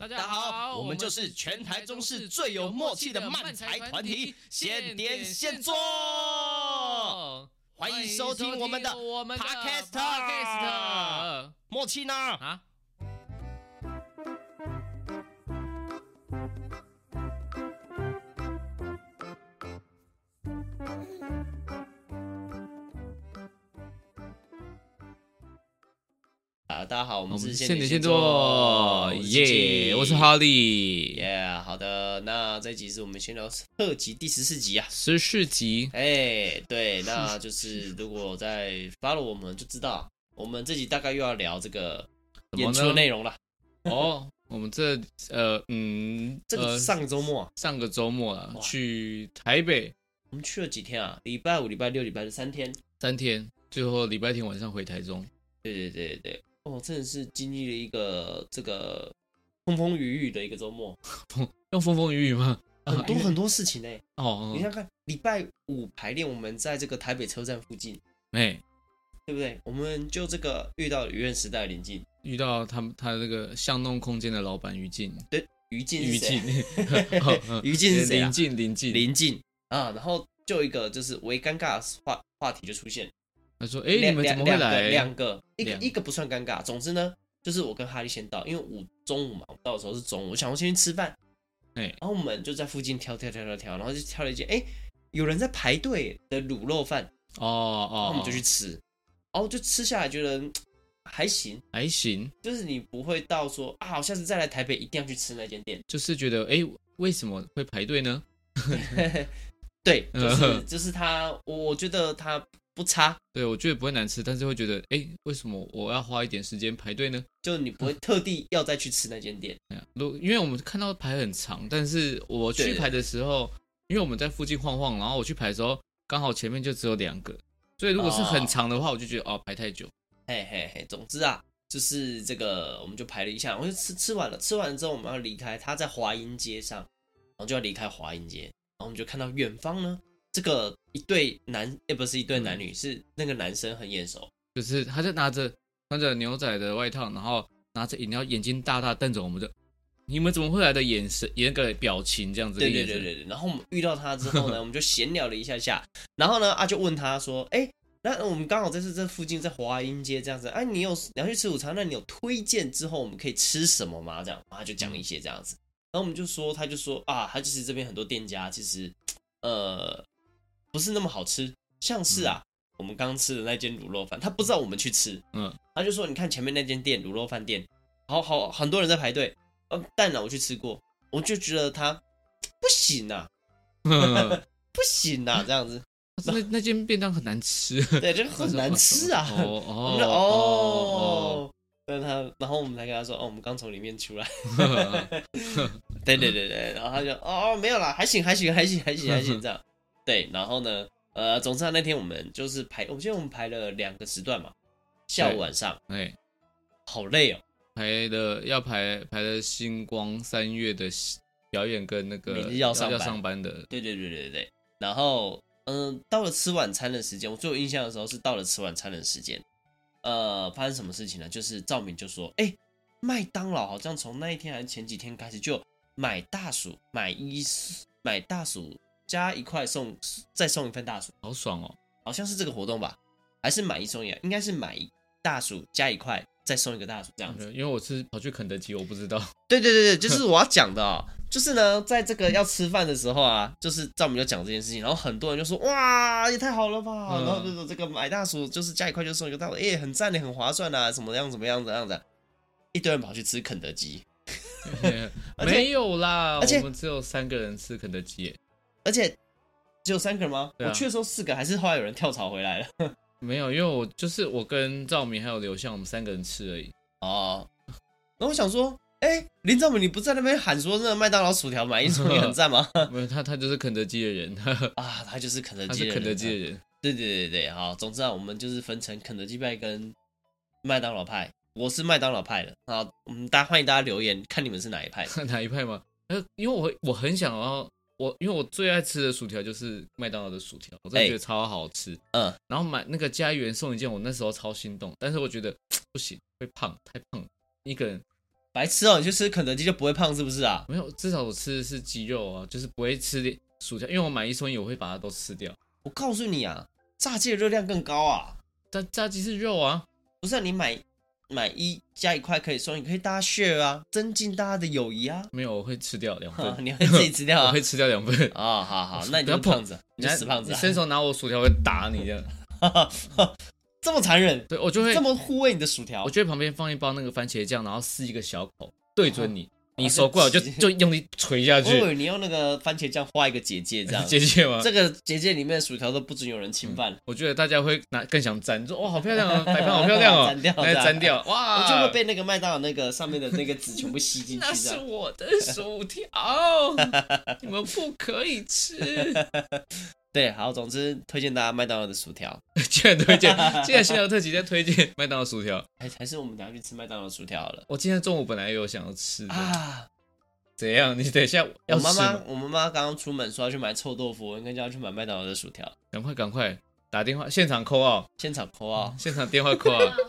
大家好，我们就是全台中市最有默契的漫才团体，现点现做。欢迎收听我们的 Podcast。默契呢？啊？大家好，我们是现点现做， 耶！我是哈利， 耶！好的，那这一集是我们闲聊特辑第14集啊 ，14集。 对，那就是如果在 follow 我们就知道，我们这集大概又要聊这个演出的内容了。 哦，我们这上个周末去台北， 我们去了几天啊？礼拜五、礼拜六、礼拜日3天 ，3天，最后礼拜天晚上回台中。 对。哦，真的是经历了一个这个风风雨雨的一个周末， 用风风雨雨吗？ 很多事情呢。 哦， 你看看，礼拜五排练，我们在这个台北车站附近，对不对？我们就这个遇到愉悦时代的林静， 遇到他这个巷弄空间的老板于静， 对，于静是谁？ 于静是谁啊？ 林静啊，然后就一个就是微尴尬的话题就出现。 他说：“你们怎么会来？ 两个，一个不算尴尬。总之呢，就是我跟哈利先到，因为中午嘛，我到的时候是中午，我想我先去吃饭。然后我们就在附近挑，然后就挑了一间，有人在排队的卤肉饭。然后我们就去吃，然后就吃下来觉得还行，就是你不会到说啊，我下次再来台北一定要去吃那间店， 就是觉得为什么会排队呢？ 对，就是他，我觉得他。”不差， 对，我觉得不会难吃，但是会觉得，为什么我要花一点时间排队呢？ 就你不会特地要再去吃那间店， 因为我们看到排很长，但是我去排的时候，因为我们在附近晃晃，然后我去排的时候，刚好前面就只有2个，所以如果是很长的话，我就觉得排太久。 总之啊，就是这个我们就排了一下，我就吃完了之后我们要离开，他在华阴街上，然后就要离开华阴街，然后我们就看到远方呢。这个一对不是一对男女，是那个男生很眼熟， 就是他就穿着牛仔的外套，然后拿着饮料，眼睛大大瞪着我们，你们怎么会来的眼神，那个表情这样子。 对。然后我们遇到他之后呢，我们就闲聊了一下，然后呢就问他说，那我们刚好这附近在华阴街这样子，你要去吃午餐，那你有推荐之后我们可以吃什么吗？这样，然后他就讲了一些这样子，然后我们就说，他就说他其实这边很多店家其实不是那么好吃，像是我们刚吃的那间卤肉饭，他不知道我们去吃，他就说你看前面那间店卤肉饭店，很多人在排队，但我去吃过，我就觉得他不行啊，不行啊，这样子， 那间便当很难吃， 对，就很难吃啊，然后我们才跟他说，我们刚从里面出来，对，然后他就没有啦，还行这样。对，然后呢，总之那天我们就是我记得我们排了2个时段嘛，下午晚上，好累哦， 要排了星光3月的表演跟那个每日要上班的， 对，然后到了吃晚餐的时间，我最有印象的时候是到了吃晚餐的时间，发生什么事情呢？就是赵敏就说，麦当劳好像从那一天还是前几天开始就买大薯加1块再送1份大薯， 好爽哦！ 好像是这个活动吧？还是买1送1？应该是买大薯加1块再送1个大薯这样子。 因为我是跑去肯德基，我不知道。对， 就是我要讲的就是呢，在这个要吃饭的时候就是赵明就讲这件事情，然后很多人就说哇，也太好了吧！然后就说这个买大薯就是加1块就送1个大薯，很赞的，很划算啊，什么样子，一堆人跑去吃肯德基， 没有啦，我们只有3个人吃肯德基耶。 而且只有3个人吗？我去的时候4个，还是后来有人跳槽回来了？ 没有，因为我跟赵明还有刘向，我们3个人吃而已。 那我想说，林兆明，你不在那边喊说那个麦当劳薯条买1送1很赞吗？ 没有，他就是肯德基的人他就是肯德基的人。对，好，总之我们就是分成肯德基派跟麦当劳派。我是麦当劳派的，欢迎大家留言，看你们是哪一派？ 哪一派吗？因为我很想要。因为我最爱吃的薯条就是麦当劳的薯条，我真的觉得超好吃。然后买那个加1元送1件，我那时候超心动，但是我觉得不行，会胖，太胖了，一个人白痴哦，你去吃肯德基就不会胖是不是啊？ 没有，至少我吃的是鸡肉啊，就是不会吃薯条，因为我买一送一，我会把它都吃掉。 我告诉你啊，炸鸡的热量更高啊。 但炸鸡是肉啊， 不是、啊、你买1加1块可以送，你可以大家 share 啊，增进大家的友谊啊。 没有，我会吃掉2份。 你会自己吃掉啊？ 我会吃掉2份。 哦，好，那你就胖子，你就死胖子、啊。 你伸手拿我薯条，我会打你这样。 这么残忍？ 对，我就会这么护卫你的薯条。 我就会旁边放一包那个番茄酱，然后撕一个小口，对准你。你手过来就用力捶下去。 我以为你用那个番茄酱画一个结界，这样结界吗？ 这个结界里面的薯条都不准有人侵犯。 我觉得大家会更想沾，说哇好漂亮啊，摆盘好漂亮哦，沾掉，哇， 我就会被那个麦当劳那个上面的那个纸全部吸进去。 那是我的薯条，你们不可以吃。 对，好，总之推荐大家麦当劳的薯条。 既然推荐，既然新聊特辑在推荐麦当劳薯条， 还是我们等一下去吃麦当劳薯条好了。 我今天中午本来也有想要吃的啊。 怎样？你等一下要吃吗？ 我妈妈刚刚出门说要去买臭豆腐，我应该叫她去买麦当劳的薯条。 赶快打电话，现场 call out， 现场 call out， 现场电话 call out。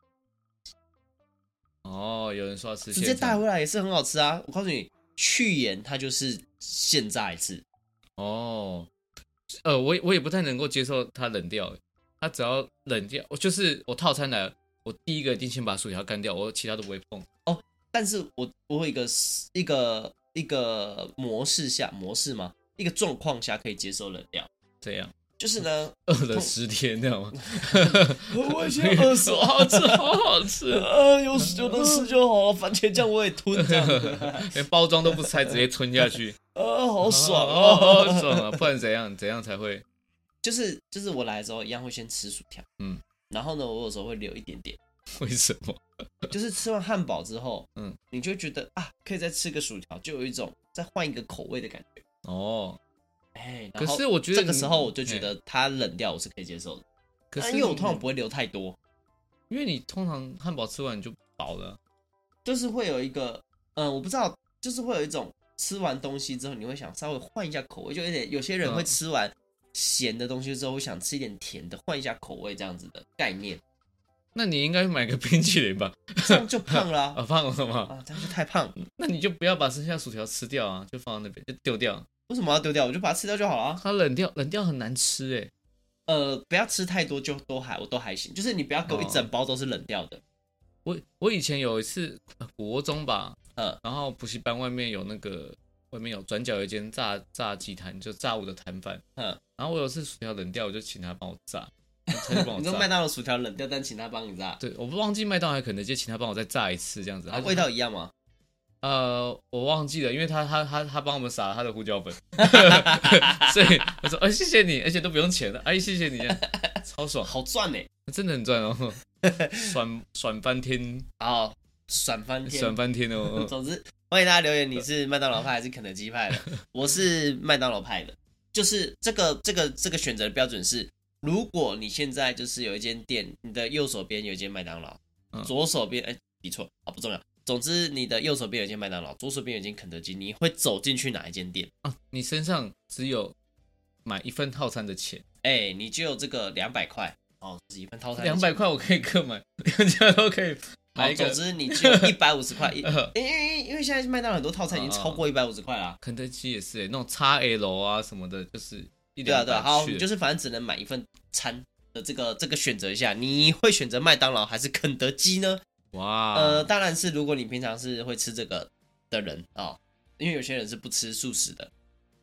哦，有人说要吃， 直接带回来也是很好吃啊！我告诉你，去盐它就是现炸一次。 哦。我也不太能够接受它冷掉，它只要冷掉，我套餐来，我第一个一定先把薯条干掉，我其他都不会碰。 哦，但是我有一个模式吗？一个状况下可以接受冷掉， 这样就是呢， 饿了10天那样吗？ 我先饿死， 好吃，好好吃， 有的吃就好了，番茄酱我也吞，这样连包装都不拆，直接吞下去。 好爽好爽啊！不然怎样才会？ 就是我来的时候一样会先吃薯条，然后呢，我有时候会留一点点。 为什么？ 就是吃完汉堡之后，你就会觉得啊，可以再吃个薯条，就有一种再换一个口味的感觉。 哦， 可是我觉得这个时候我就觉得它冷掉我是可以接受的，可是因为我通常不会留太多， 因为你通常汉堡吃完你就饱了， 就是会有一个我不知道，就是会有一种。吃完东西之后，你会想稍微换一下口味，就有些人会吃完咸的东西之后，会想吃一点甜的，换一下口味这样子的概念。 那你应该买个冰淇淋吧？ 这样就胖了啊！ 胖了吗？ 啊，这样就太胖。 那你就不要把剩下薯条吃掉啊，就放在那边，就丢掉。 为什么要丢掉？我就把它吃掉就好了。 它冷掉很难吃哎。 不要吃太多，就我都还行，就是你不要给我一整包都是冷掉的。 我以前有一次国中吧，然后补习班外面有转角有一间炸鸡摊，就炸物的摊贩，然后我有次薯条冷掉，我就请他帮我炸，他就帮我炸。 你说麦当劳薯条冷掉，但请他帮你炸？ 对，我不忘记麦当劳还肯德基，请他帮我再炸一次这样子。 味道一样吗？ 我忘记了，因为他帮我们撒了他的胡椒粉，所以我说谢谢你，而且都不用钱了，谢谢你，超爽， 好赚呢， 真的很赚哦，爽翻天啊，爽翻天哦。 总之欢迎大家留言，你是麦当劳派还是肯德基派的？我是麦当劳派的，就是这个选择的标准是，如果你现在就是有一间店，你的右手边有一间麦当劳，左手边比错啊不重要。总之，你的右手边有一间麦当劳，左手边有一间肯德基，你会走进去哪一间店啊？你身上只有买1份套餐的钱， 你就有这个200块哦，是1份套餐 200块我可以各买，2家都可以买一个。 总之你就有150块，因为现在麦当劳很多套餐已经超过150块啦。 肯德基也是那种 XL 啊什么的，就是对啊，好，就是反正只能买1份餐的这个选择一下，你会选择麦当劳还是肯德基呢？ 哇， 当然是如果你平常是会吃这个的人因为有些人是不吃素食的。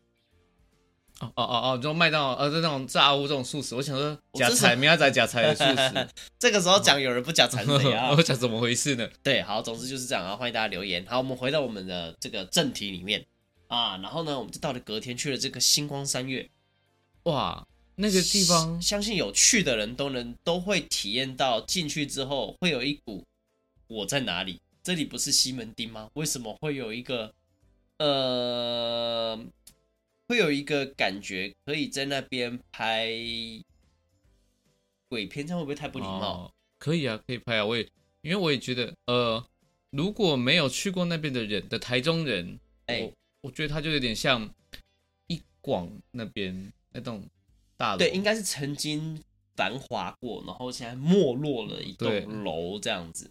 这种麦当劳这种炸物这种素食，我想说假菜，明仔载假菜的素食。 这个时候讲有人不假菜谁啊？ 我讲怎么回事呢？ 对，好，总之就是这样啊，欢迎大家留言。好，我们回到我们的这个正题里面啊，然后呢，我们就到了隔天去了这个星光三月。 哇，那个地方， 相信有去的人都会体验到，进去之后会有一股。我在哪里？这里不是西门町吗？为什么会有一个感觉可以在那边拍鬼片？这样会不会太不礼貌？ 可以啊，可以拍啊。因为我也觉得，如果没有去过那边的台中人，我觉得他就有点像一广那边那栋大楼， 对，应该是曾经繁华过，然后现在没落了一栋楼这样子。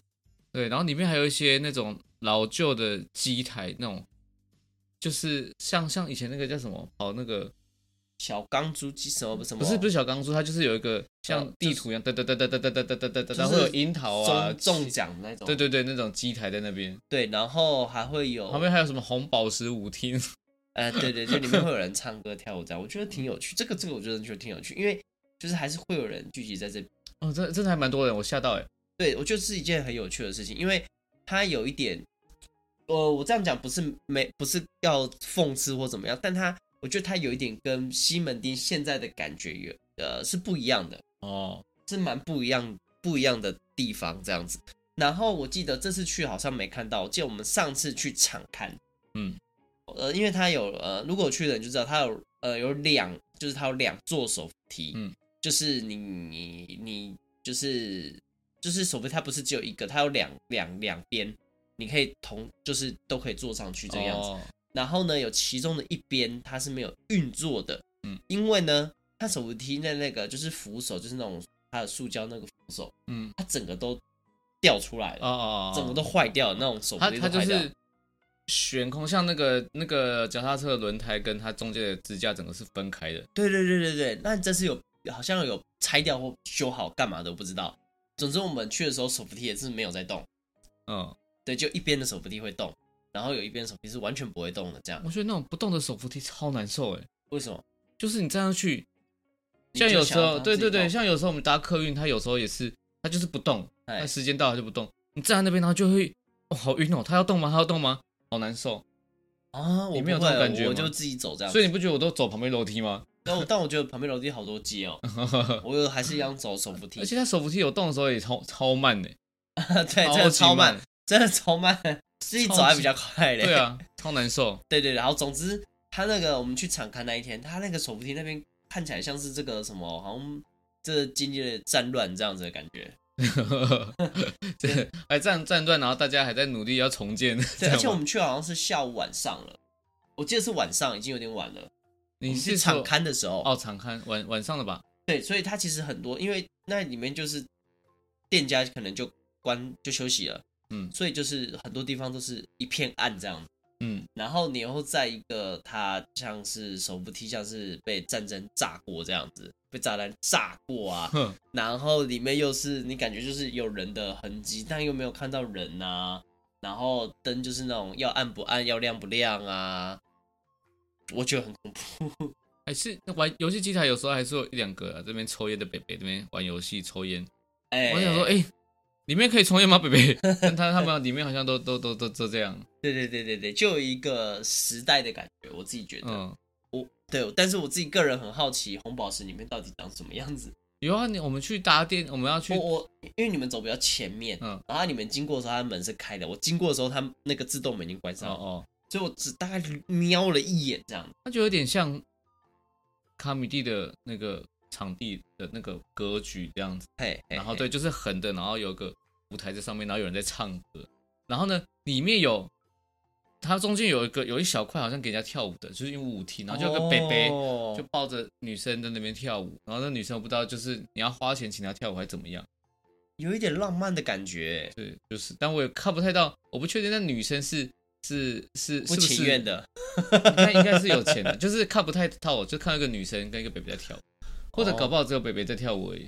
对，然后里面还有一些那种老旧的机台，那种就是像以前那个叫什么跑那个小钢珠机什么？ 不是小钢珠，它就是有一个像地图一样，然后会有樱桃啊中奖那种。 对，那种机台在那边。 对，然后还会有旁边还有什么红宝石舞厅？ 对，就里面会有人唱歌跳舞这样，我觉得挺有趣。这个我觉得挺有趣，因为就是还是会有人聚集在这边。 哦，真的还蛮多人，我吓到哎。 对，我觉得是一件很有趣的事情，因为它有一点，我这样讲不是要讽刺或怎么样，但我觉得它有一点跟西门町现在的感觉是不一样的哦， 是蛮不一样的地方这样子。然后我记得这次去好像没看到，我记得我们上次去场看，因为它有如果去的人就知道它有就是它有2座手扶梯，就是你就是手扶梯它不是只有一个，它有两边，你可以就是都可以坐上去这个样子。然后呢，有其中的一边它是没有运作的，因为呢，它手扶梯的那个就是扶手，就是那种它的塑胶那个扶手，它整个都掉出来了，整个都坏掉了，那种手扶梯都坏掉了。 它就是悬空，像那个脚踏车的轮胎跟它中间的支架整个是分开的。 对，那这次好像有拆掉或修好干嘛的，我不知道。总之我们去的时候手扶梯也是没有在动，对，就一边的手扶梯会动，然后有一边手扶梯是完全不会动的这样。 我觉得那种不动的手扶梯超难受哎。 为什么？ 就是你站上去，像有时候对，像有时候我们搭客运，它有时候也是，它就是不动，它时间到了就不动，你站在那边然后就会好晕哦，它要动吗？好难受啊！ 你没有这种感觉吗？ 我就自己走这样。 所以你不觉得我都走旁边楼梯吗？ 但我觉得旁边楼梯好多阶哦，我还是一样走手扶梯。 而且它手扶梯有动的时候也超慢的。 对，真的超慢，真的超慢，自己走还比较快嘞。 对啊，超难受。 对，然后总之他那个我们去场看那一天，他那个手扶梯那边看起来像是这个什么，好像这经历了战乱这样子的感觉。 对，还战乱，然后大家还在努力要重建。 对，而且我们去好像是下午晚上了，我记得是晚上，已经有点晚了。 你是场刊的时候场刊晚上的吧？ 对，所以它其实很多，因为那里面就是店家可能就休息了，所以就是很多地方都是一片暗这样子，然后你又在一个它像是手扶梯，像是被战争炸过这样子，被炸弹炸过啊，然后里面又是你感觉就是有人的痕迹，但又没有看到人啊，然后灯就是那种要暗不暗，要亮不亮啊。我觉得很恐怖， 还是玩游戏机台有时候还是有1-2个这边抽烟的北北，这边玩游戏抽烟。我想说，里面可以抽烟吗，北北？但他们里面好像都这样。 对，就有一个时代的感觉，我自己觉得。对，但是我自己个人很好奇，红宝石里面到底长什么样子。 有啊，我们去搭店，我们要去因为你们走比较前面，然后你们经过的时候，它门是开的。我经过的时候，它那个自动门已经关上了。所以我只大概瞄了一眼这样， 它就有点像卡米蒂的那个场地的那个格局这样子。然后对，就是横的，然后有个舞台在上面，然后有人在唱歌。然后呢，里面它中间有一小块好像给人家跳舞的，就是因为舞厅，然后就有个北北就抱着女生在那边跳舞，然后那女生我不知道就是你要花钱请她跳舞还是怎么样， 有一点浪漫的感觉。 对，就是，但我也看不太到，我不确定那女生是不情愿的， 应该是有钱的，就是看不太到，就看到一个女生跟一个北北在跳舞，或者搞不好只有北北在跳舞而已。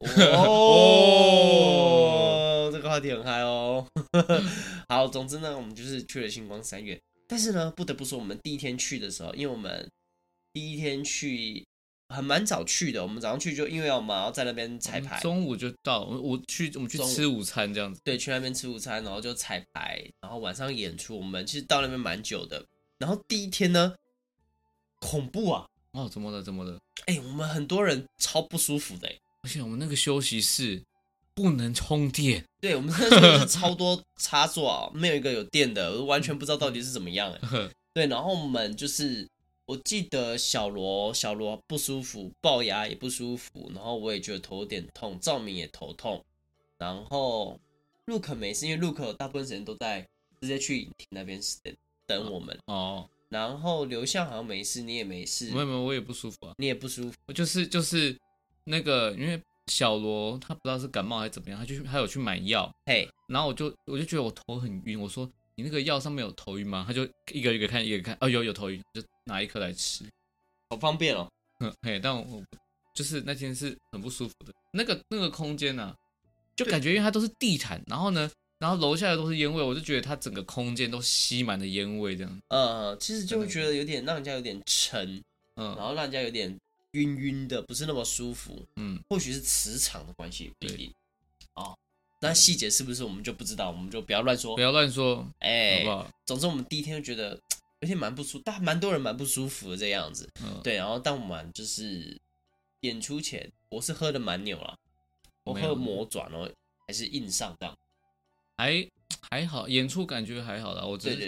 这个话题很嗨哦。好，总之呢，我们就是去了星光3月，但是呢，不得不说，我们第一天去的时候，因为我们第一天去蛮早去的，我们早上去就因为我们要在那边彩排， 中午就到，我们去吃午餐这样子。 对，去那边吃午餐，然后就彩排，然后晚上演出。我们其实到那边蛮久的。然后第一天呢，恐怖啊！ 怎么了？ 我们很多人超不舒服的， 而且我们那个休息室不能充电。 对，我们那时候是超多插座啊，没有一个有电的，我完全不知道到底是怎么样。对，然后我们就是。我记得小罗不舒服，龅牙也不舒服，然后我也觉得头有点痛，兆明也头痛，然后陆可没事，因为陆可大部分时间都在直接去影厅那边等我们。然后刘向好像没事，你也没事。 没有，我也不舒服啊。 你也不舒服， 就是那个，因为小罗他不知道是感冒还是怎么样，他有去买药， 嘿， 然后我就觉得我头很晕，我说你那个药上面有头晕吗？他就一个一个看，一个一个看，哦有头晕，就拿一颗来吃， 好方便哦。 嘿，但我就是那天是很不舒服的，那个空间啊，就感觉因为它都是地毯，然后楼下的都是烟味，我就觉得它整个空间都吸满了烟味，这样。 其实就会觉得有点让人家有点沉，然后让人家有点晕晕的，不是那么舒服。或许是磁场的关系，不一定。哦，那细节是不是我们就不知道，我们就不要乱说。 不要乱说， 好不好？ 总之我们第一天就觉得有点蛮不舒服，但蛮多人蛮不舒服的这样子。对，然后当我们就是演出前，我是喝的蛮牛啦，我喝魔转哦，还是硬上这样。 还好，演出感觉还好啦。我对，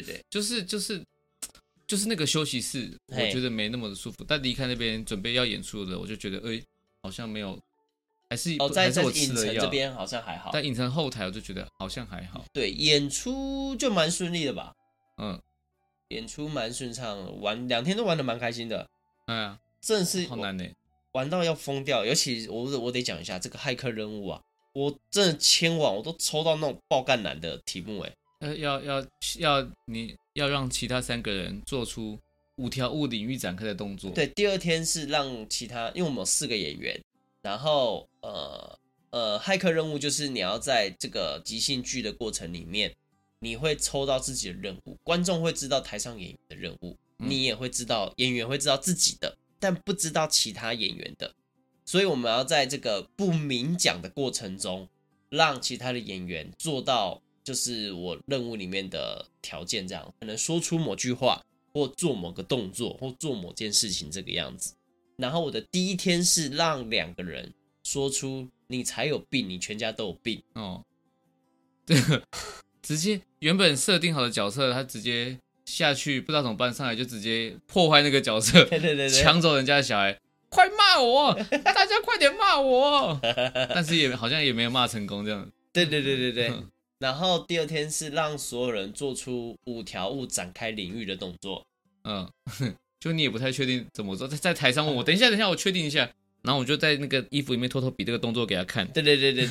就是那个休息室，我觉得没那么的舒服。但离开那边准备要演出的，我就觉得好像没有，还是在我吃了药影城这边好像还好， 在影城后台我就觉得好像还好。 对，演出就蛮顺利的吧。演出蛮顺畅的，2天都玩的蛮开心的。 哎呀， 真的是好难呢， 玩到要疯掉。尤其我得讲一下这个骇客任务啊，我真的签完我都抽到那种爆干难的题目你要让其他3个人做出5条悟领域展开的动作。 对，第2天是让其他，因为我们有4个演员，然后骇客任务就是你要在这个即兴剧的过程里面，你会抽到自己的任务，观众会知道台上演员的任务，你也会知道演员会知道自己的，但不知道其他演员的，所以我们要在这个不明讲的过程中，让其他的演员做到就是我任务里面的条件，这样可能说出某句话，或做某个动作，或做某件事情这个样子。然后我的第1天是让2个人说出你才有病，你全家都有病。 这个直接原本设定好的角色，他直接下去不知道怎么办，上来就直接破坏那个角色， 对， 抢走人家的小孩，快骂我，大家快点骂我。但是好像也没有骂成功这样。 对。然后第2天是让所有人做出5条悟展开领域的动作。 就你也不太确定怎么做，在台上问我，等一下，我确定一下，然后我就在那个衣服里面偷偷比这个动作给他看。 对。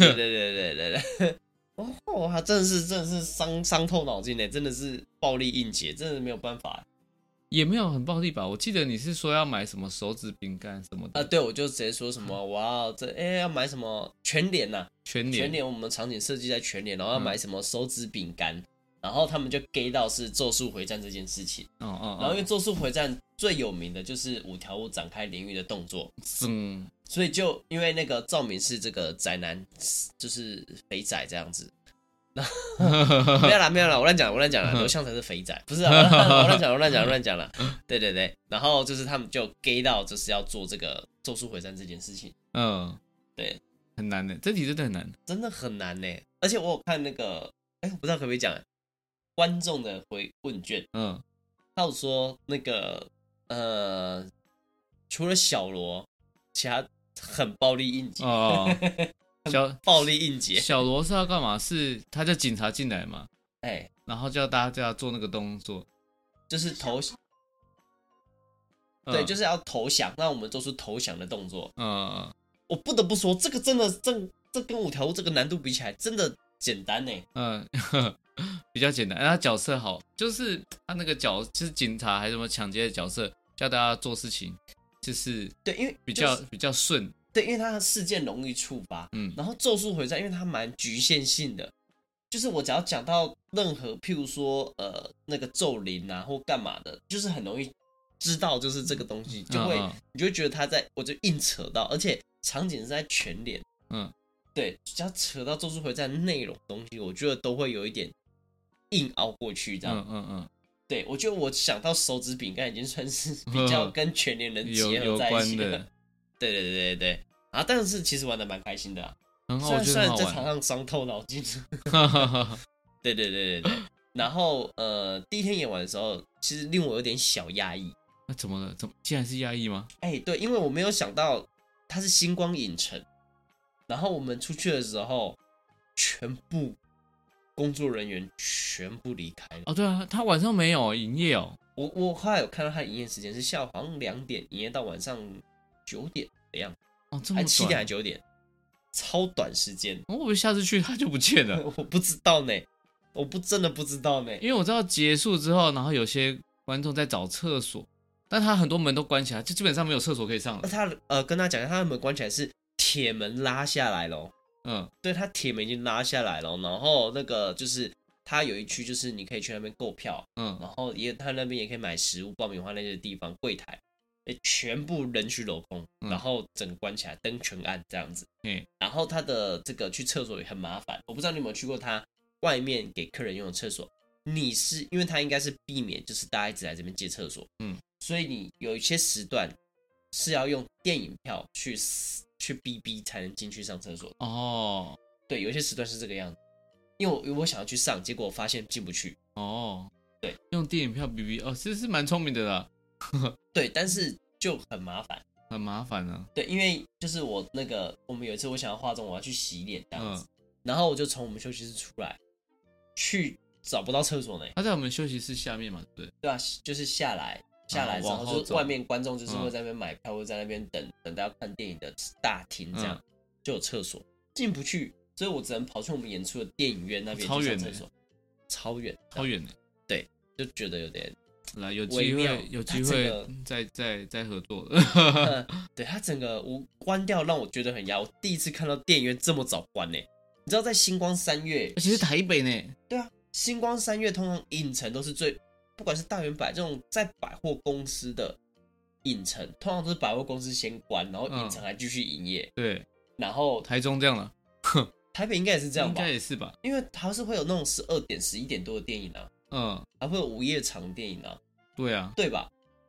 他真的是伤透脑筋，真的是暴力硬解，真的没有办法。 也没有很暴力吧？我记得你是说要买什么手指饼干什么的对，我就直接说什么哇，要买什么全联呐，全联我们场景设计在全联，然后要买什么手指饼干，然后他们就 get 到是咒术回战这件事情。然后因为咒术回战最有名的就是5条悟展开领域的动作，所以就因为那个赵敏是这个宅男，就是肥仔这样子。没有啦，我乱讲了，刘向才是肥仔，不是啊，我乱讲了。对，然后就是他们就 get 到就是要做这个咒术回战这件事情。对， 很难的，这题真的很难， 真的很难呢。而且我有看那个，我不知道可不可以讲观众的问卷，他有说那个除了小罗，其他很暴力硬解。暴力硬解。 小罗是要干嘛？是他叫警察进来嘛？然后叫大家做那个动作， 就是投，对，就是要投降，让我们做出投降的动作。我不得不说，这个真的这跟5条悟这个难度比起来，真的简单呢。 比较简单。他角色好，就是他那个就是警察还是什么抢劫的角色，叫大家做事情，就是对，因为比较顺。 对，因为它的事件容易触发，然后咒术回战，因为它蛮局限性的，就是我只要讲到任何，譬如说那个咒灵啊或干嘛的，就是很容易知道就是这个东西，你就会觉得他我就硬扯到，而且场景是在全联，对，只要扯到咒术回战内容的东西，我觉得都会有一点硬凹过去这样，对，我觉得我想到手指饼干已经算是比较跟全联人结合在一起了。对，但是其实玩的蛮开心的啊，虽然在场上伤透脑筋。对，然后第1天演完的时候，其实令我有点小压抑。 那怎么了？竟然是压抑吗？ 对，因为我没有想到它是星光影城，然后我们出去的时候，全部工作人员全部离开了。 对啊，他晚上没有营业哦。 我后来有看到他营业时间是下午好像2点营业到晚上9点的样子， 这么还7点还9点。 超短时间。 会不会下次去它就不见了？ 我不知道呢，真的不知道呢。 因为我知道结束之后，然后有些观众在找厕所，但他很多门都关起来，就基本上没有厕所可以上了。 他跟他讲，他的门关起来是铁门拉下来咯。对，他铁门已经拉下来了，然后那个就是他有一区，就是你可以去那边购票，然后他那边也可以买食物、爆米花那些地方柜台，全部人去楼空，然后整个关起来，灯全暗这样子。然后他的这个去厕所也很麻烦，我不知道你有没有去过他外面给客人用的厕所。因为他应该是避免就是大家一直来这边借厕所，所以你有一些时段是要用电影票去逼才能进去上厕所。对，有一些时段是这个样子。因为我想要去上，结果我发现进不去。对， 用电影票逼其实是蛮聪明的啦。 对，但是就很麻烦， 很麻烦啊。 对，因为就是我们有一次我想要化妆，我要去洗脸这样子，然后我就从我们休息室出来，去找不到厕所呢。 他在我们休息室下面嘛，对不对？ 对啊，就是下来之后，就是外面观众就是会在那边买票，或者在那边等到要看电影的大厅这样，就有厕所，进不去，所以我只能跑去我们演出的电影院那边去上厕所，超远的，对，就觉得有点。 有机会再合作。 对，他整个关掉让我觉得很压。我第一次看到电影院这么早关呢。你知道在星光三月， 而且是台北呢。 对啊，星光三月通常影城都是不管是大圆百这种在百货公司的影城，通常都是百货公司先关，然后影城还继续营业。 对， 然后台中这样了， 台北应该也是这样吧？ 应该也是吧？ 因为还是会有那种12点、11点多的电影啊。还会有午夜场电影啊， 对啊， 对吧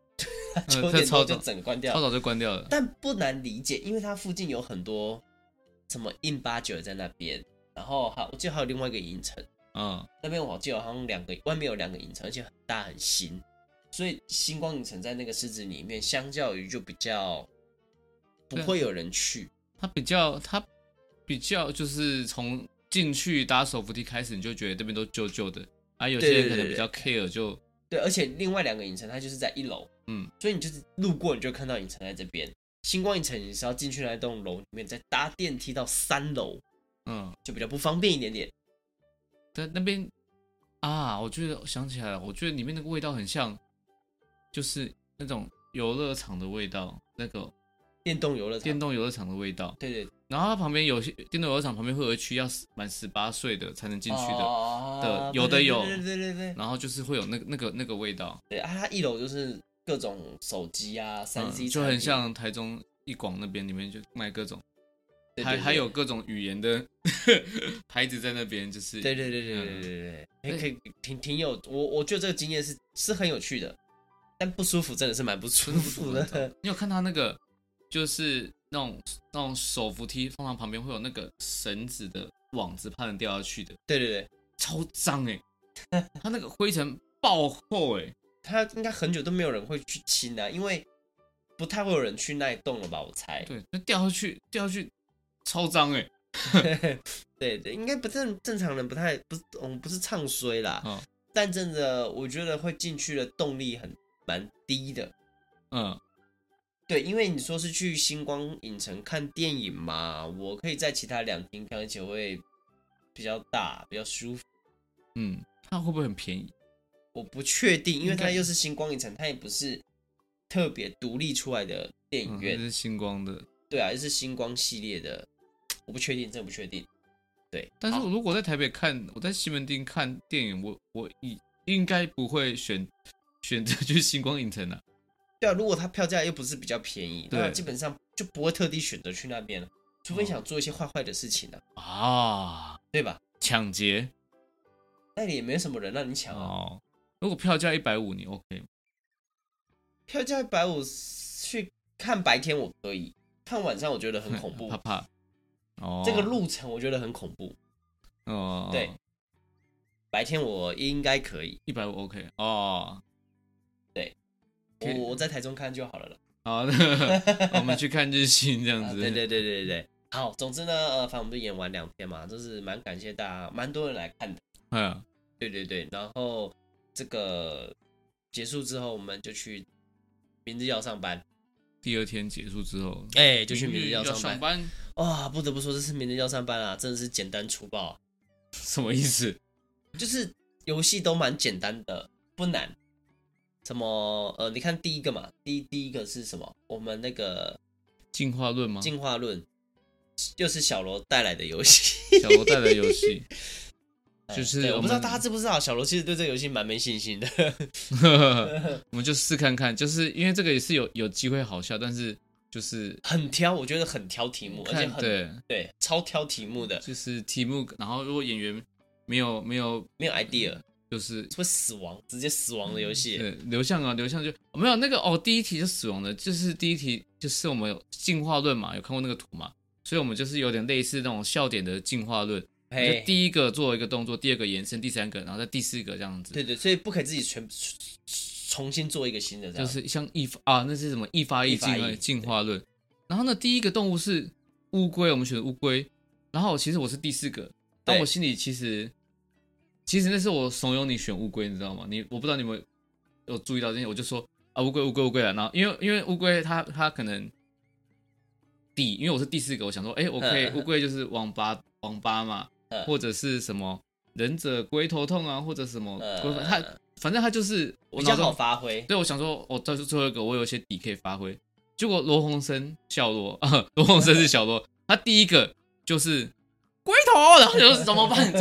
？9点多就整个关掉， 超早就关掉了。 但不难理解，因为它附近有很多什么印89在那边，然后我记得还有另外一个影城，那边我记得好像外面有2个影城，而且很大很新，所以星光影城在那个狮子里面，相较于就比较不会有人去。 它比较就是从进去搭手扶梯开始，你就觉得这边都旧旧的。有些人可能比较 care 就对，而且另外2个影城它就是在1楼，所以你就是路过你就看到影城在这边。星光影城你是要进去那栋楼里面，再搭电梯到3楼，就比较不方便一点点。 但那边我觉得想起来了，我觉得里面那个味道很像，就是那种游乐场的味道，那个电动游乐场的味道。 对。 然后它旁边有些电动游乐场旁边会有一区要满18岁的才能进去的，有的有， 对。 然后就是会有那个味道。 对它1楼就是各种手机啊，3C 就很像台中一广那边里面就卖各种，还有各种语言的牌子在那边，就是对，可以挺有，我觉得这个经验是很有趣的，但不舒服真的是蛮不舒服的。 你有看他那个就是那种手扶梯，通常旁边会有那个绳子的网子，怕人掉下去的。 对， 超脏他那个灰尘爆厚他应该很久都没有人会去清啊，因为不太会有人去那一栋了吧？我猜。 对，那掉下去超脏对，应该不正常人我们不是唱衰啦，但真的我觉得会进去的动力蛮低的。对，因为你说是去星光影城看电影嘛，我可以在其他2厅看，而且会比较大，比较舒服。 它会不会很便宜？ 我不确定，因为它又是星光影城，它也不是特别独立出来的电影院， 是星光的。 对啊，是星光系列的，我不确定，真的不确定。对， 但是如果在台北看，我在西门町看电影，我应该不会选择去星光影城啊。 对啊，如果它票价又不是比较便宜，那基本上就不会特地选择去那边了，除非想做一些坏的事情对吧？ 抢劫， 那里也没什么人让你抢啊。 如果票价150，你 OK 吗？ 票价150去看白天我可以，看晚上我觉得很恐怖， 怕。 这个路程我觉得很恐怖。对，白天我应该可以 ，150 OK 对，我在台中看就好了。 好，我们去看日新这样子。 对。好，总之呢，反正我们就演完2天嘛，就是蛮感谢大家，蛮多人来看的。对，然后这个结束之后，我们就去明日要上班。 第二天结束之后， 就去明日要上班。 哇，不得不说，这是明日要上班啊，真的是简单粗暴啊。 什么意思？ 就是游戏都蛮简单的，不难。什么你看第一个嘛，第一个是什么？我们那个进化论吗？ 进化论又是小罗带来的游戏。 小罗带来的游戏。就是我不知道大家知不知道，小罗其实对这个游戏蛮没信心的。 我们就试看看，就是因为这个也是有机会好笑，但是就是很挑，我觉得很挑题目，而且对超挑题目的， 就是题目，然后如果演员没有 idea， 就是会死亡，直接死亡的游戏。 对，流向就没有那个第一题就死亡的，就是第一题就是我们有进化论嘛，有看过那个图嘛，所以我们就是有点类似那种笑点的进化论。就第一个做一个动作，第二个延伸，第三个，然后再第四个这样子。 对，所以不可以自己重新做一个新的这样。 就是像那是什么一发一进化论。然后呢，第一个动物是乌龟，我们选的乌龟。然后其实我是第四个，但我心里其实那是我怂恿你选乌龟，你知道吗？我不知道你们有注意到这些，我就说乌龟啊。然后因为乌龟它可能因为我是第四个，我想说我可以乌龟就是王八嘛。或者是什么忍者龟头痛啊，或者什么反正他就是比较好发挥。 对，我想说这是最后一个，我有一些底可以发挥。结果罗洪生小罗罗洪生是小罗，他第一个就是龟头，然后就是怎么办？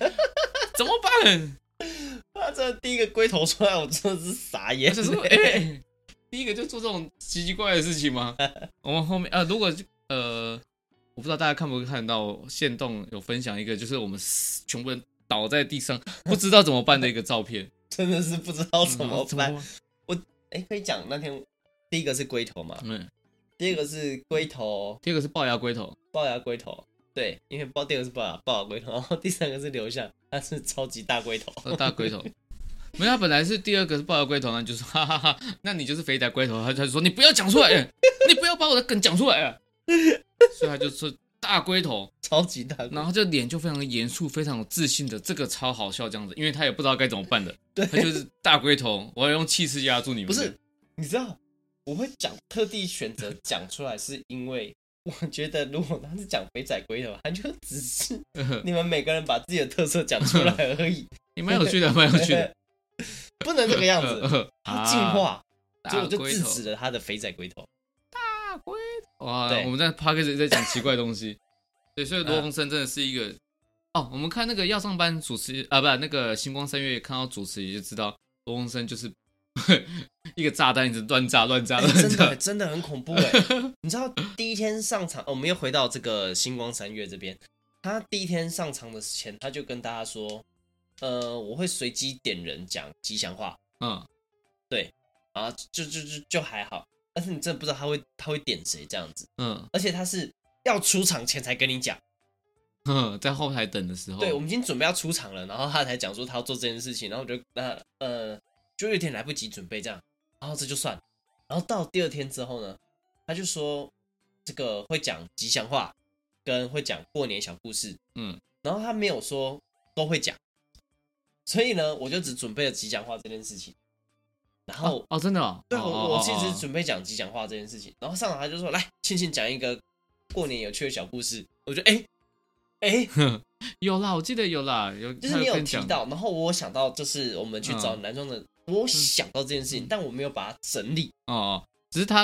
他这第一个龟头出来，我真的是傻眼。 就是说第一个就做这种奇奇怪的事情吗？我们后面如果我不知道大家看不看到限动有分享一个，就是我们全部人倒在地上不知道怎么办的一个照片。 真的是不知道怎么办。我可以讲那天第一个是龟头嘛，第二个是龟头， 第二个是龅牙龟头， 对，因为第二个是龅牙龟头，然后第三个是刘向，他是超级大龟头， 大龟头。没有，他本来是第二个是龅牙龟头，那就说哈哈哈，那你就是肥仔龟头，他就说你不要讲出来，你不要把我的梗讲出来啊。所以他就说大龟头， 超级大龟头， 然后这脸就非常的严肃，非常有自信的，这个超好笑这样子，因为他也不知道该怎么办的。 对， 他就是大龟头，我要用气势压住你们。 不是，你知道我会特地选择讲出来，是因为我觉得如果他是讲肥仔龟头，他就只是你们每个人把自己的特色讲出来而已。 你蛮有趣的，蛮有趣的， 不能这个样子。他进化，所以我就制止了他的肥仔龟头。 大龟头，哇！我们在 podcast 在讲奇怪的东西，对，所以罗洪生真的是一个我们看那个要上班主持不，那个星光三月看到主持也就知道罗洪生就是一个炸弹，一直乱炸， 真的很恐怖你知道第一天上场，我们又回到这个星光三月这边，他第一天上场的前，他就跟大家说，我会随机点人讲吉祥话，对，啊，就还好。但是你真的不知道他会点谁这样子，而且他是要出场前才跟你讲， 在后台等的时候， 对，我们已经准备要出场了，然后他才讲说他要做这件事情，然后我就就有点来不及准备这样，然后这就算，然后到第二天之后呢，他就说这个会讲吉祥话，跟会讲过年小故事，然后他没有说都会讲，所以呢，我就只准备了吉祥话这件事情。然后真的哦， 对，我其实准备讲吉祥话这件事情，然后上场他就说来，庆庆讲一个过年有趣的小故事，我就有啦，我记得有啦， 就是你有提到，然后我想到就是我们去找男装的，我想到这件事情，但我没有把它整理只是他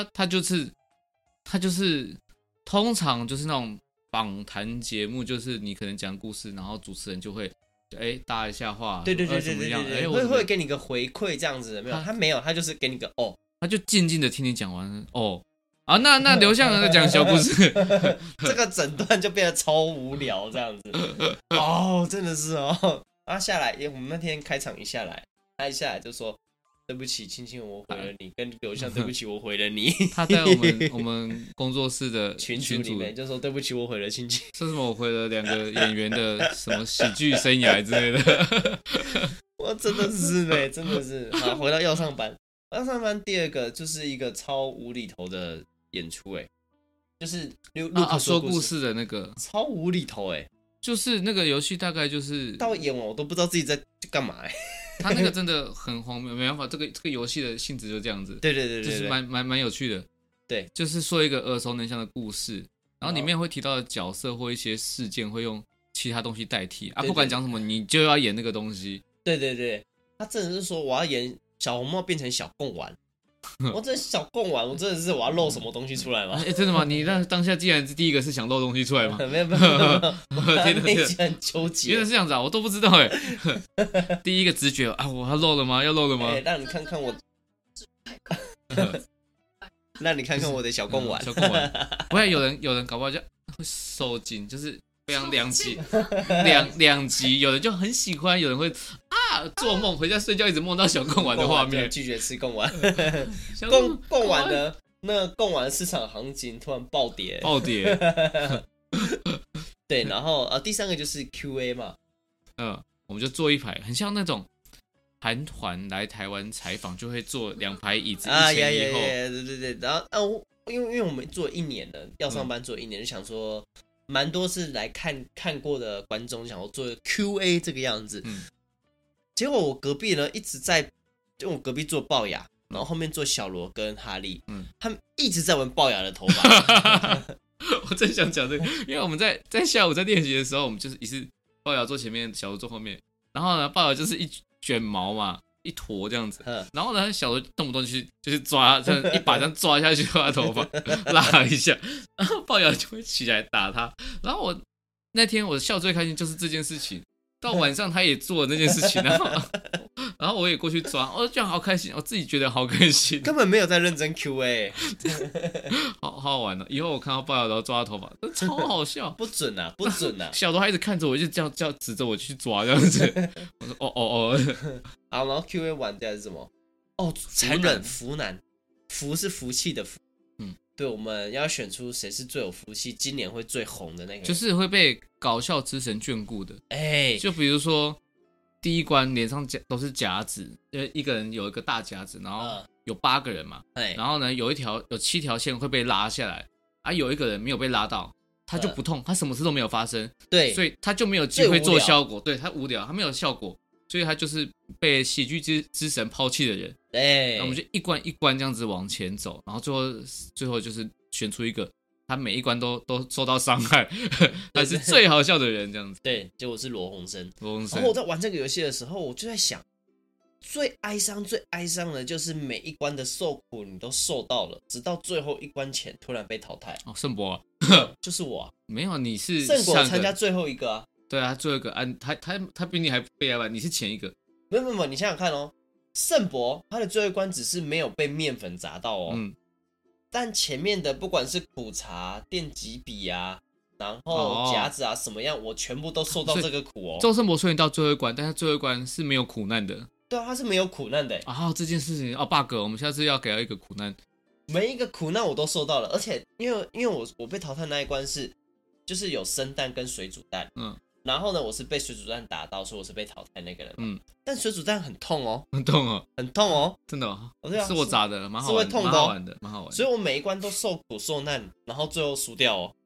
就是通常就是那种访谈节目，就是你可能讲故事，然后主持人就会。搭一下话， 对，会给你个回馈这样子，没有？他没有，他就是给你个他就静静的听你讲完那刘向在讲小故事， 这个整段就变得超无聊这样子，真的是下来，我们那天开场一下来，他一下来就说。对不起，庆庆，我回了你。跟刘向，对不起，我回了你。 他在我们工作室的群组里面就说对不起，我回了庆庆。 说什么我回了2个演员的什么喜剧生涯之类的。 我真的是真的是。好，回到要上班。要上班第二个就是一个超无厘头的演出就是说故事的那个超无厘头就是那个游戏大概就是到演完我都不知道自己在干嘛他那个真的很荒谬，没办法，这个游戏的性质就这样子。 对， 就是蛮有趣的。 对， 就是说一个耳熟能详的故事，然后里面会提到的角色或一些事件会用其他东西代替啊，不管讲什么，你就要演那个东西。 对对对，他真的是说我要演小红帽变成小贡丸。我这小贡丸，我真的是我要露什么东西出来吗？ 真的吗？你那当下既然是第一个是想露东西出来吗？ 没有，我内心很纠结。 原来是这样子啊，我都不知道哎。第一个直觉啊，我要露了吗？要露了吗？ 让你看看我，让你看看我的小贡丸。 小贡丸，不会有人搞不好就会收紧，就是非常两极，两极。有人就很喜欢，有人会做梦回家睡觉一直梦到小贡丸的画面， 拒绝吃贡丸。贡丸的那贡丸市场行情突然暴跌。对，然后第三个就是 QA 嘛。 我们就坐一排，很像那种韩团来台湾采访就会坐2排椅子，一前一后。 对。然后因为我们做1年了，要上班做1年，就想说蛮多是来看过的观众，想要做 QA 这个样子。结果我隔壁呢一直在，就我隔壁做龅牙，然后后面做小罗跟哈利，他们一直在闻龅牙的头发。 我正想讲这个，因为我们在下午在练习的时候，我们就是一次龅牙坐前面，小罗坐后面，然后呢龅牙就是一卷毛嘛，一坨这样子，然后呢小罗动不动就是抓，这样一把这样抓下去他的头发，拉一下，然后龅牙就会起来打他。然后我那天我笑最开心就是这件事情。到晚上他也做了那件事情，然后我也过去抓，这样好开心，我自己觉得好开心， 根本没有在认真 QA， 好好玩哦！以后我看到龅牙然后抓他头发，超好笑， 不准啊！ 小罗还一直看着我，就这样指着我去抓这样子。我说哦， 好，然后 QA 玩掉是什么？残忍福男，福是福气的福。对，我们要选出谁是最有福气，今年会最红的那个人， 就是会被搞笑之神眷顾的。就比如说第一关脸上都是夹子，因为一个人有一个大夹子，然后有8个人嘛，然后呢有7条线会被拉下来，有一个人没有被拉到，他就不痛，他什么事都没有发生， 对， 所以他就没有机会做效果，对，他无聊，他没有效果。所以他就是被喜剧之神抛弃的人，那我们就一关一关这样子往前走，然后最后就是选出一个他每一关都受到伤害，他是最好笑的人这样子。 对，结果是罗洪生。然后我在玩这个游戏的时候，我就在想，最哀伤的就是每一关的受苦你都受到了，直到最后一关前突然被淘汰。 圣博就是我没有，你是圣博参加最后一个啊。 对啊，最后一个他比你还悲哀吧？你是前一个。 没有，你想想看哦，圣博他的最后一关只是没有被面粉砸到哦，但前面的不管是苦茶、电极笔啊，然后夹子啊什么样，我全部都受到这个苦哦。 周圣博虽然到最后一关，但他最后一关是没有苦难的。 对啊，他是没有苦难的。 这件事情bug， 我们下次要给他一个苦难。 每一个苦难我都受到了，而且因为我被淘汰那一关就是有生蛋跟水煮蛋，然后呢，我是被水煮蛋打到，所以我是被淘汰那个人。但水煮蛋很痛哦， 很痛哦，真的哦。是我砸的，蛮好玩的，蛮好玩的，蛮好玩的。 所以我每一关都受苦受难，然后最后输掉哦。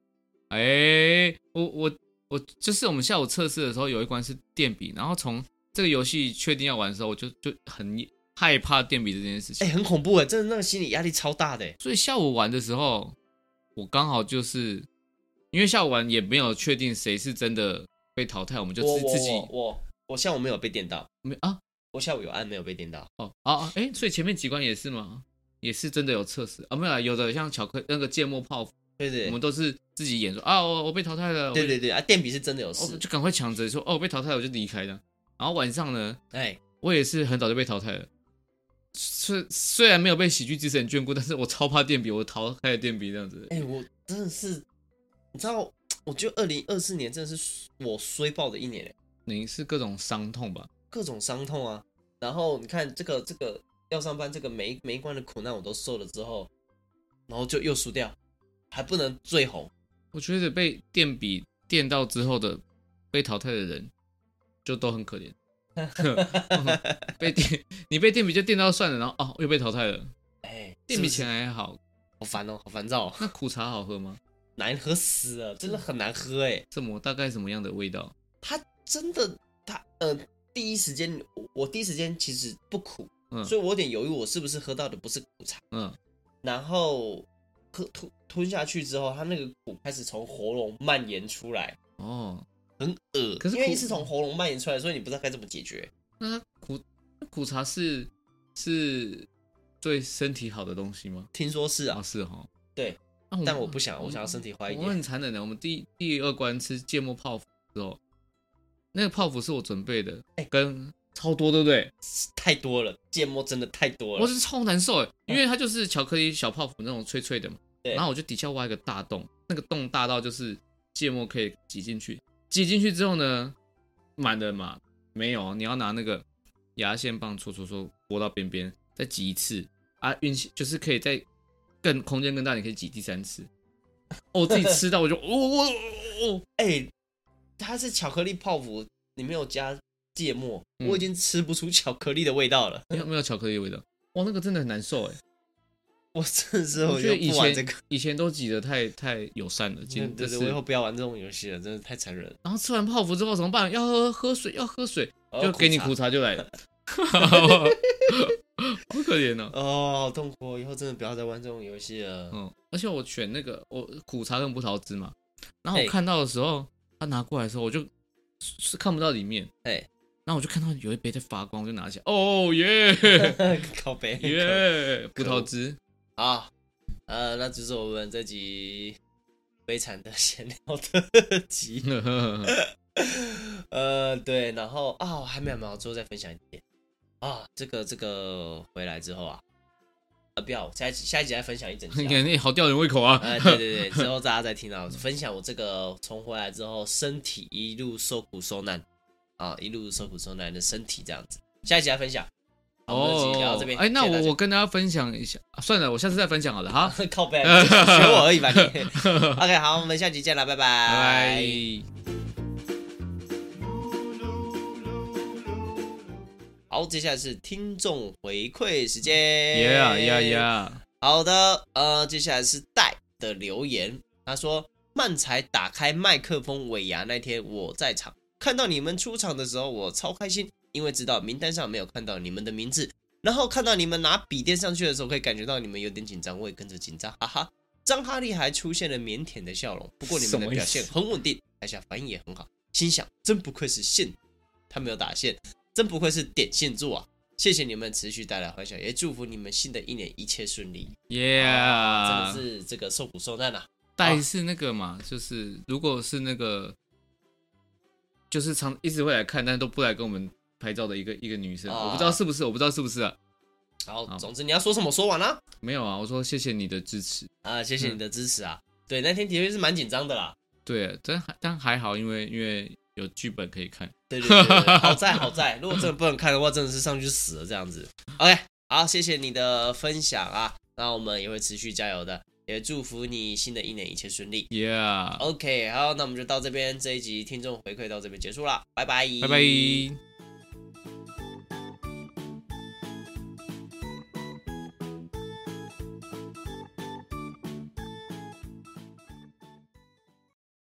我就是我们下午测试的时候有一关是电笔，然后从这个游戏确定要玩的时候，我就很害怕电笔这件事情。 很恐怖真的，那个心理压力超大的。 所以下午玩的时候，我刚好就是因为下午玩也没有确定谁是真的被淘汰，我们就自己。 我下午没有被电到，我下午有按没有被电到。 所以前面几关也是吗？也是真的有测试没有啦，有的像巧克力那个芥末泡芙， 对， 我们都是自己演说我被淘汰了。 对电笔是真的有事， 就赶快抢着说我被淘汰了，我就离开了。然后晚上呢，我也是很早就被淘汰了。虽然没有被喜剧之神眷顾，但是我超怕电笔，我淘汰了电笔这样子。 我真的是，你知道，我觉得2024年真的是我衰爆的一年。 你是各种伤痛吧？ 各种伤痛啊！然后你看这个要上班，这个每一关的苦难我都受了之后，然后就又输掉，还不能最红。 我觉得被电笔电到之后的被淘汰的人，就都很可怜。你被电笔就电到算了，然后又被淘汰了。电笔前还好， 好烦哦，好烦躁哦。 那苦茶好喝吗？ 难喝死了，真的很难喝大概什么样的味道？ 它真的，第一时间我第一时间其实不苦，所以我有点犹豫，我是不是喝到的不是苦茶。然后吞下去之后，它那个苦开始从喉咙蔓延出来，很恶。可是因为是从喉咙蔓延出来，所以你不知道该怎么解决。 那苦茶是对身体好的东西吗？ 听说是啊， 是哈。 对，但我不想，我想要身体坏一点。 我很残忍的，我们第2关吃芥末泡芙之后，那个泡芙是我准备的，跟超多，对不对？ 太多了，芥末真的太多了， 我是超难受哎，因为它就是巧克力小泡芙那种脆脆的嘛。然后我就底下挖一个大洞，那个洞大到就是芥末可以挤进去，挤进去之后呢，满了嘛？没有，你要拿那个牙线棒戳拨到边边，再挤一次啊，运气就是可以再空间更大，你可以挤第3次。我自己吃到我就它是巧克力泡芙，里面有加芥末，我已经吃不出巧克力的味道了。 没有巧克力的味道，哇，那个真的很难受哎。 我真的是， 我觉得以前都挤得太友善了， 对，我以后不要玩这种游戏了，真的太残忍了。 然后吃完泡芙之后怎么办？要喝水，就给你苦茶就来了，好可怜哦。 好痛苦，以后真的不要再玩这种游戏了。 而且我选那个苦茶跟葡萄汁嘛，然后我看到的时候，他拿过来的时候，我就是看不到里面，然后我就看到有一杯在发光，我就拿起来， 靠杯葡萄汁。 好，那就是我们这集悲惨的闲聊特辑。对，然后还没有，最后再分享一点这个回来之后不要，下一集再分享一整集。 好吊人胃口啊！ 对，之后大家再听到分享我这个从回来之后身体一路受苦受难一路受苦受难的身体这样子，下一集再分享。聊到这边。 那我跟大家分享一下，算了，我下次再分享好了哈。 靠背，学我而已吧你。OK， 好，我们下集见了，拜拜。好，接下来是听众回馈时间。好的，接下来是戴的留言，他说漫才打开麦克风尾牙那天我在场，看到你们出场的时候我超开心。因为知道名单上没有看到你们的名字，然后看到你们拿笔电上去的时候，可以感觉到你们有点紧张，我也跟着紧张，哈哈。张哈利还出现了腼腆的笑容，不过你们的表现很稳定，台下反应也很好，心想真不愧是他没有打线，真不愧是点线座啊！谢谢你们持续带来欢笑，也祝福你们新的一年一切顺利。真的是这个受苦受难啊！ 戴是那个嘛，就是如果是那个，就是一直会来看，但是都不来跟我们拍照的一个女生，我不知道是不是啊。 好，总之你要说什么说完了？ 没有啊，我说谢谢你的支持谢谢你的支持啊。对，那天的确是蛮紧张的啦。 对，但还好，因为有剧本可以看。 对，好在，如果真的不能看的话，真的是上去死了这样子。OK， 好，谢谢你的分享啊，那我们也会持续加油的。也祝福你新的一年一切顺利。 Yeah。 OK， 好，那我们就到这边，这一集听众回馈到这边结束了，拜拜。 拜拜。